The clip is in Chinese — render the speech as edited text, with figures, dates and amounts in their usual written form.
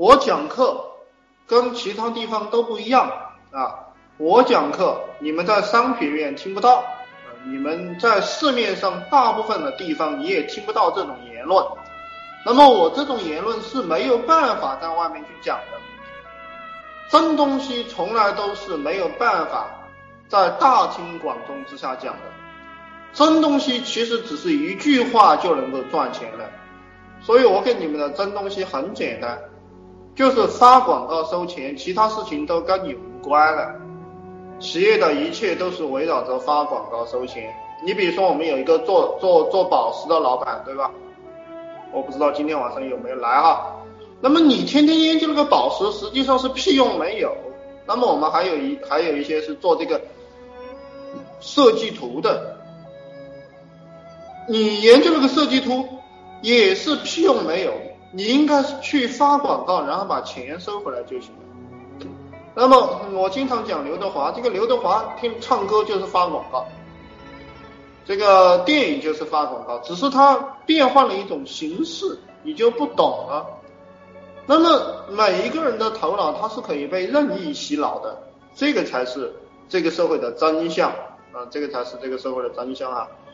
我讲课跟其他地方都不一样啊，我讲课你们在商学院听不到，你们在市面上大部分的地方你也听不到这种言论。那么我这种言论是没有办法在外面去讲的，真东西从来都是没有办法在大庭广众之下讲的，真东西其实只是一句话就能够赚钱的。所以我给你们的真东西很简单，就是发广告收钱，其他事情都跟你无关了。企业的一切都是围绕着发广告收钱。你比如说我们有一个做宝石的老板，对吧？我不知道今天晚上有没有来哈。那么你天天研究那个宝石，实际上是屁用没有。那么我们还有一些是做这个设计图的，你研究那个设计图也是屁用没有，你应该是去发广告，然后把钱收回来就行了。那么我经常讲刘德华，这个刘德华唱歌就是发广告，这个电影就是发广告，只是他变换了一种形式，你就不懂了。那么每一个人的头脑他是可以被任意洗脑的，这个才是这个社会的真相啊，这个才是这个社会的真相啊。